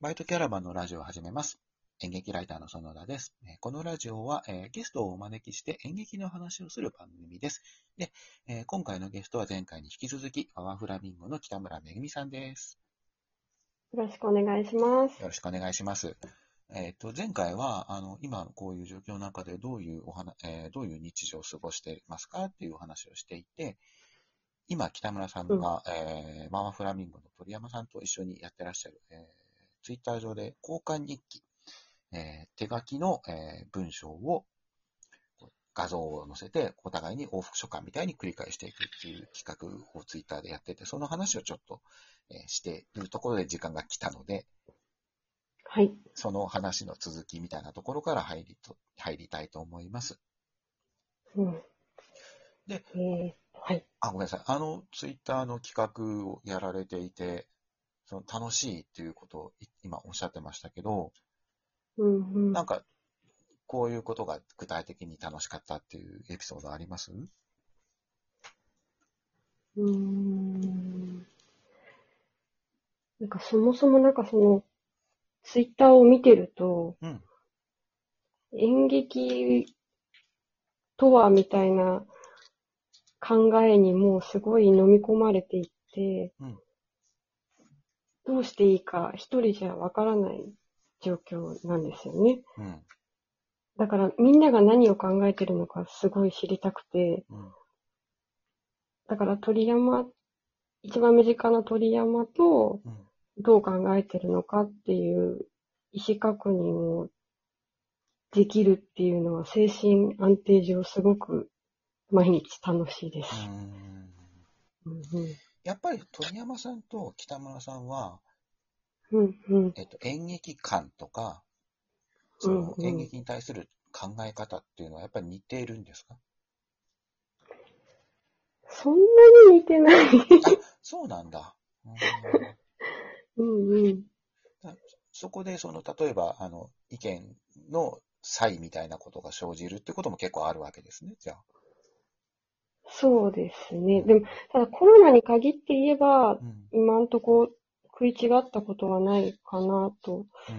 バイトキャラバンのラジオを始めます。演劇ライターの園田です。このラジオは、ゲストをお招きして演劇の話をする番組です。で、今回のゲストは前回に引き続き、パワーフラミンゴの北村めぐみさんです。 よろしくお願いします。 よろしくお願いします。前回は、今こういう状況の中でどういう日常を過ごしていますかっていうお話をしていて、今、北村さうん。 んが、パワーフラミンゴの鳥山さんと一緒にやってらっしゃる、ツイッター上で交換日記、手書きの、文章を画像を載せて、お互いに往復書簡みたいに繰り返していくっていう企画をツイッターでやってて、その話をちょっと、しているところで時間が来たので、 はい。 その話の続きみたいなところから入りたいと思います。 うん。 で、 はい。 ごめんなさい。ツイッターの企画をやられていて、その楽しいっていうことを今おっしゃってましたけど、 うんうん。 なんかこういうことが具体的に楽しかったっていうエピソードあります？ うーん。そもそもツイッターを見てると、 うん、 演劇とはみたいな考えにもうすごい飲み込まれていって、 うん、 どうしていいか一人じゃわからない状況なんですよね。 うん、 だからみんなが何を考えてるのかすごい知りたくて、 うん、 だから一番身近な鳥山と、 うん。 どう考えてるのかっていう意思確認をできるっていうのは精神安定上すごく毎日楽しいでうーす。 ん。 うんうん。 やっぱり鳥山さんと北村さんは、 うんうん。 演劇観とか、 うその演んうん。 劇に対する考え方っていうのはやっぱり似ているんですか？ そんなに似てない。 あ、そうなんだ。 うんうん。 だそこで、例えば、意見の差異みたいなことが生じるってことも結構あるわけですね、じゃあ。 そうですね。 うん、 でも、ただコロナに限って言えば、 うん、 今んとこ食い違ったことはないかなと。 うん、うん、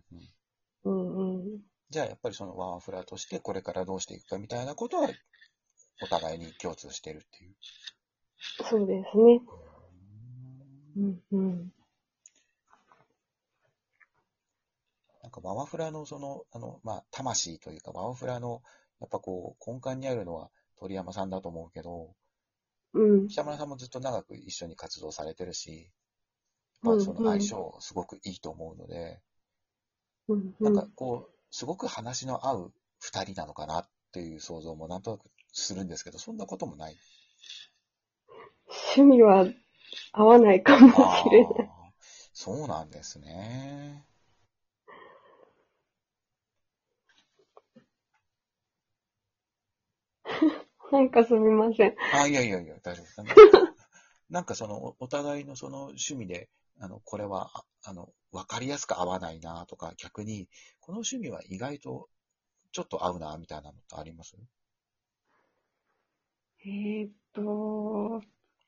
うん。 うんうん。 じゃあ、やっぱりそのワンフラとしてこれからどうしていくかみたいなことはお互いに共通してるっていう。 そうですね。 ううんうん。 なんかワワフラの魂というか、ワワフラの、やっぱこう、根幹にあるのは鳥山さんだと思うけど、 うん。 北村さんもずっと長く一緒に活動されてるし、やっぱそうんうん。 の相性すごくいいと思うので、なんうんうん。 かこう、すごく話の合う二人なのかなっていう想像もなんとなくするんですけど、そんなこともない。 趣味は合わないかもしれない。 ああ、そうなんですね。 すみません。 いやいやいや、大丈夫です。なんかお互いのその趣味で、これは、わかりやすく合わないなとか、逆に、この趣味は意外とちょっと合うなみたいなのってあります？ えーっと、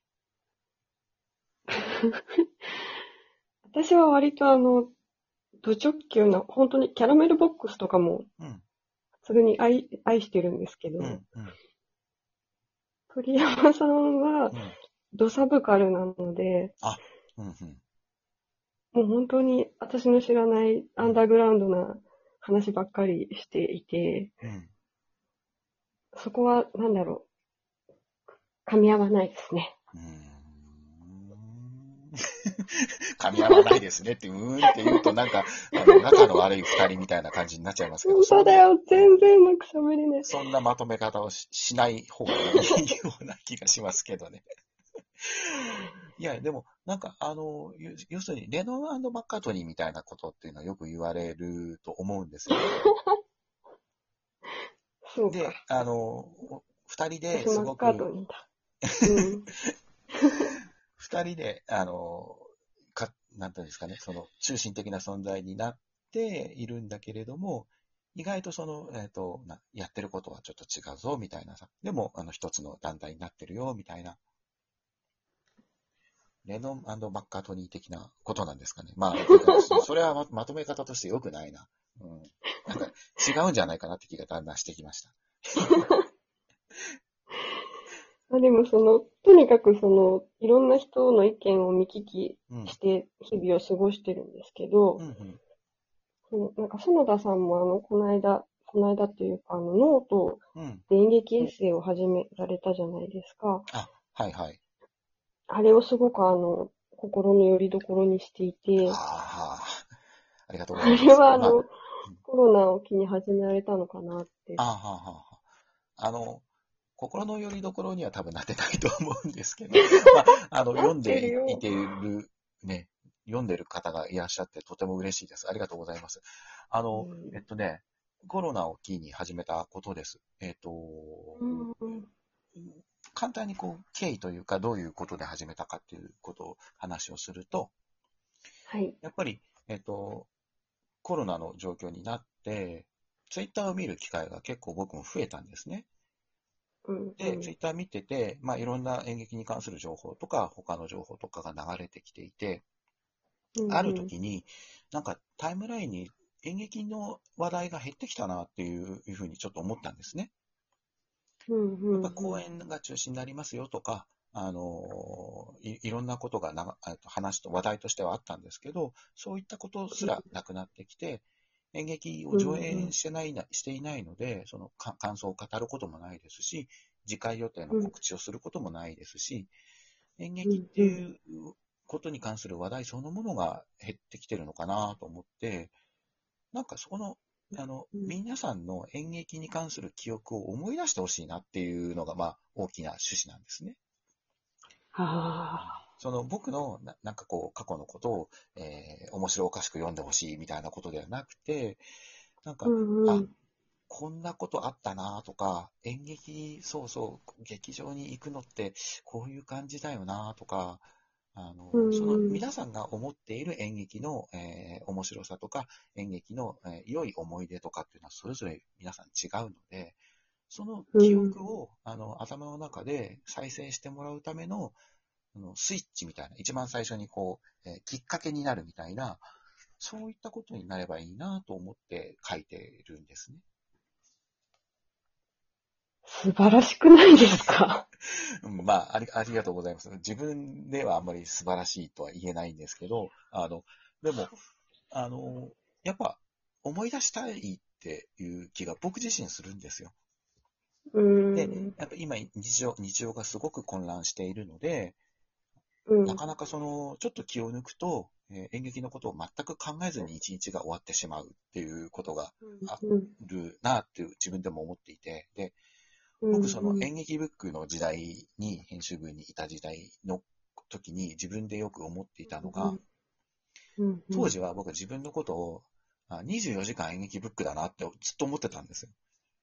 私は割とド直球な、本当にキャラメルボックスとかも、 うん、 それに愛してるんですけど、 うん、うん、 鳥山さんは、 うん。 ドサブカルなので、 あ、うん、うん、 もう本当に私の知らないアンダーグラウンドな話ばっかりしていて、 うん、うん。 そこは、噛み合わないですね。 うーん噛み合わないですねって、うーんって言うとなんか、仲の悪い二人みたいな感じになっちゃいますけど、 本当だよ、 うん、 全然うまく喋れない。 そんなまとめ方をしない方がいいような気がしますけどね。いや、でも、なんか、要するに、レノンマッカートニーみたいなことっていうのはよく言われると思うんですよ。 そうか。 で、二人で私、マッすごく、 カートニーだ。うん。 二人で、なんていうんですかね、その中心的な存在になっているんだけれども、意外とやってることはちょっと違うぞ、みたいなさ。でも、一つの団体になってるよ、みたいな。 レノン・マッカートニー的なことなんですかね。まあ、それはまとめ方として良くないな。うん。なんか違うんじゃないかなって気がだんだんしてきました。 まあでもとにかくいろんな人の意見を見聞きうん。 して日々を過ごしてるんですけど、 うん、うん。 なんか園田さんもこの間というかノートうん。 で演劇エッセイを始められたじゃないですか。 あ、はいはい。 あれをすごく心の拠り所にしていて、 ああ、ありがとうごあれざいます。まあ、 はうん、 コロナを機に始められたのかなって。 ああ、はあ、はあ。心の拠り所には多分なってないと思うんですけど、まあ、 なっ読んてるよ。 でいている、ね、読んでる方がいらっしゃってとても嬉しいです。ありがとうございます。あうの、えっん。 とね、コロナを機に始めたことです。 うん。 簡単に経緯というか、どういうことで始めたかっていうことを話をすると、 はい。 やっぱり、コロナの状況になって、ツイッターを見る機会が結構僕も増えたんですね。 うんうで、ツイん。 ッター見てて、まあ、いろんな演劇に関する情報とか、他の情報とかが流れてきていて、あるうんうん。 時に、なんかタイムラインに演劇の話題が減ってきたなっていうふうにちょっと思ったんですね。 うんうやっぱんうん。 公演が中止になりますよとか、いろんなことが話と話題としてはあったんですけど、そういったことすらなくなってきて、演劇を上うんうん。 演していないので、その感想を語ることもないですし、次回予定のうん告知をすることもないですし、演う劇ってんうん。 いうことに関する話題そのものが減ってきてるのかなと思って、なんかうん。 皆さんの演劇に関する記憶を思い出してほしいなっていうのが、まあ、大きな趣旨なんですね。 あ僕のなんか過去のことを、面白おかしく読んでほしいみたいなことではなくて、なんあ。うか、あ、 んうん。 こんなことあったなとか、そうそう、劇場に行くのってこういう感じだよなとか、そのうんうん。 皆さんが思っている演劇の、面白さとか、演劇の、良い思い出とかっていうのはそれぞれ皆さん違うので、その記うん。 憶を頭の中で再生してもらうためのスイッチみたいな、一番最初にきっかけになるみたいな、そういったことになればいいなと思って書いてるんですね。 素晴らしくないですか？ うん、まあ、ありがとうございます。自分ではあんまり素晴らしいとは言えないんですけど、でも、あの、やっぱ思い出したいっていう気が僕自身するんですよ。 うーで、 ん。 やっぱ今日常がすごく混乱しているので、 うん。 なかなかちょっと気を抜くと、演劇のことを全く考えずに一日が終わってしまうっていうことがあうん。 るなっていう自分でも思っていて、で、 う僕ん。 演劇ブックの時代に、編集部にいた時代の時に自分でよく思っていたのが、 うん。うん。うん。 当時は僕は自分のことを24時間演劇ブックだなってずっと思ってたんですよ。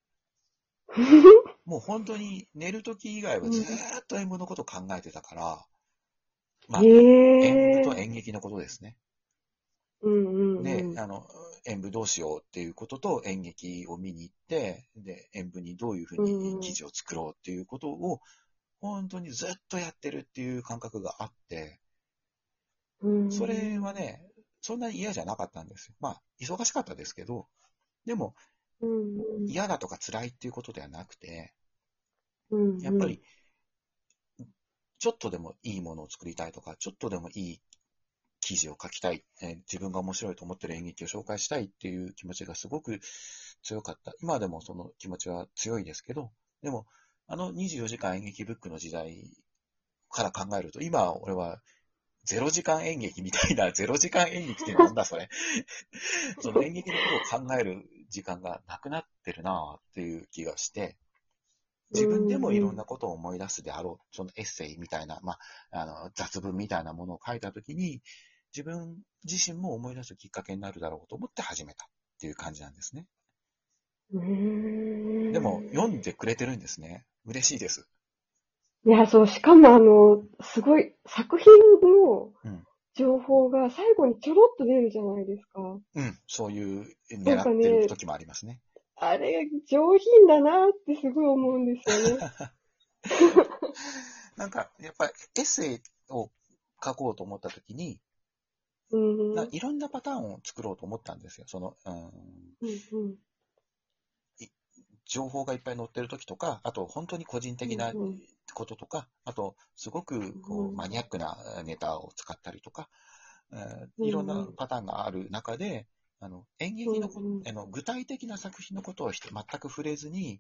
もう本当に寝る時以外はずーっと演舞のことを考えてたから、まへあ、演舞とえ。 演劇のことですね。 うんうんで、 うん。 演舞どうしようっていうことと演劇を見に行って、で、演舞にどういうふううにんうん。 記事を作ろうっていうことを、本当にずっとやってるっていう感覚があって、 うそれんはね、そんなに嫌じゃなかったんですよ。まあ、忙しかったですけど、でも、 うんうん。 嫌だとか辛いっていうことではなくて、 うんうん。 やっぱり、ちょっとでもいいものを作りたいとか、ちょっとでもいい記事を書きたい、自分が面白いと思ってる演劇を紹介したいっていう気持ちがすごく強かった。今でもその気持ちは強いですけど、でも、24時間演劇ブックの時代から考えると、今俺は0時間演劇みたいな、0時間演劇ってなんだそれ。その演劇のことを考える時間がなくなってるなっていう気がして、 う自分でもいろんんうん。 なことを思い出すであろう。そのエッセイみたいな、まあ、雑文みたいなものを書いたときに、自分自身も思い出すきっかけになるだろうと思って始めたっていう感じなんですね。 うーでも、読ん。 んでくれてるんですね。嬉しいです。 いや、そう、しかもすごい、作品のうん。 情報が最後にちょろっと出るじゃないですか。 うん。そういうなん狙ってるかね、 時もありますね。 あれ、上品だなってすごい思うんですよね。 なんか、やっぱりエッセイを書こうと思った時に、いろんなパターンを作ろうと思ったんですよ。情報がいっぱい載ってる時とか、あと本当に個人的なこととか、あとすごくマニアックなネタを使ったりとか、いろんなパターンがある中で、演劇の具体的な作品のことを全く触れずに、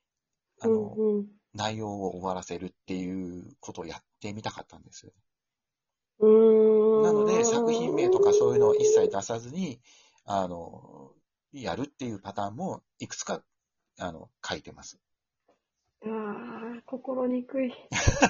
内容を終わらせるっていうことをやってみたかったんですよ。なので、作品名とかそういうのを一切出さずに、やるっていうパターンもいくつか、書いてます。 心にくい。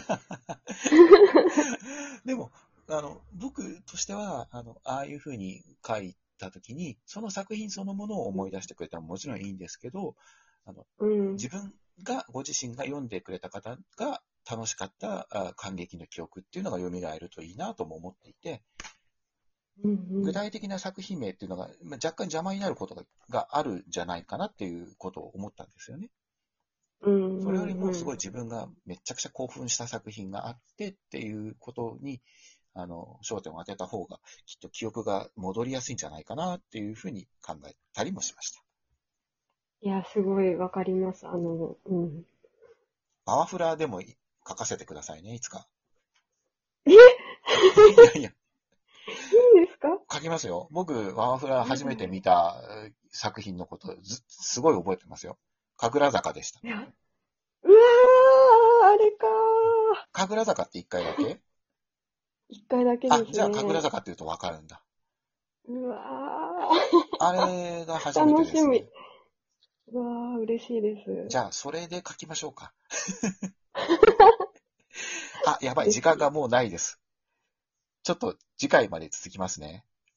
でも、僕としては、ああいうふうに書いたときに、その作品そのものを思い出してくれたらもちろんいいんですけど、自分が、ご自身が読んでくれた方が楽しかった感激の記憶っていうのが蘇るといいなとも思っていて、具体的な作品名っていうのが若干邪魔になることがあるんじゃないかなっていうことを思ったんですよね。それよりもすごい自分がめちゃくちゃ興奮した作品があってっていうことに、焦点を当てた方がきっと記憶が戻りやすいんじゃないかなっていうふうに考えたりもしました。 いや、すごいわかります。 パワフラでも書かせてくださいね、いつか。 いいやいや。 いんですか？ 書きますよ。僕、パワフラ初めて見た作品のことすごい覚えてますよ。神楽坂でした。 うわー、あれかー。神楽坂って1回だけ ？1回だけですね。 じゃあ神楽坂って言うと分かるんだ。 うわー。あれが初めてですね。 楽しみ。うわー、嬉しいです。 じゃあ、それで書きましょうか。やばい、時間がもうないです。ちょっと次回まで続きますね。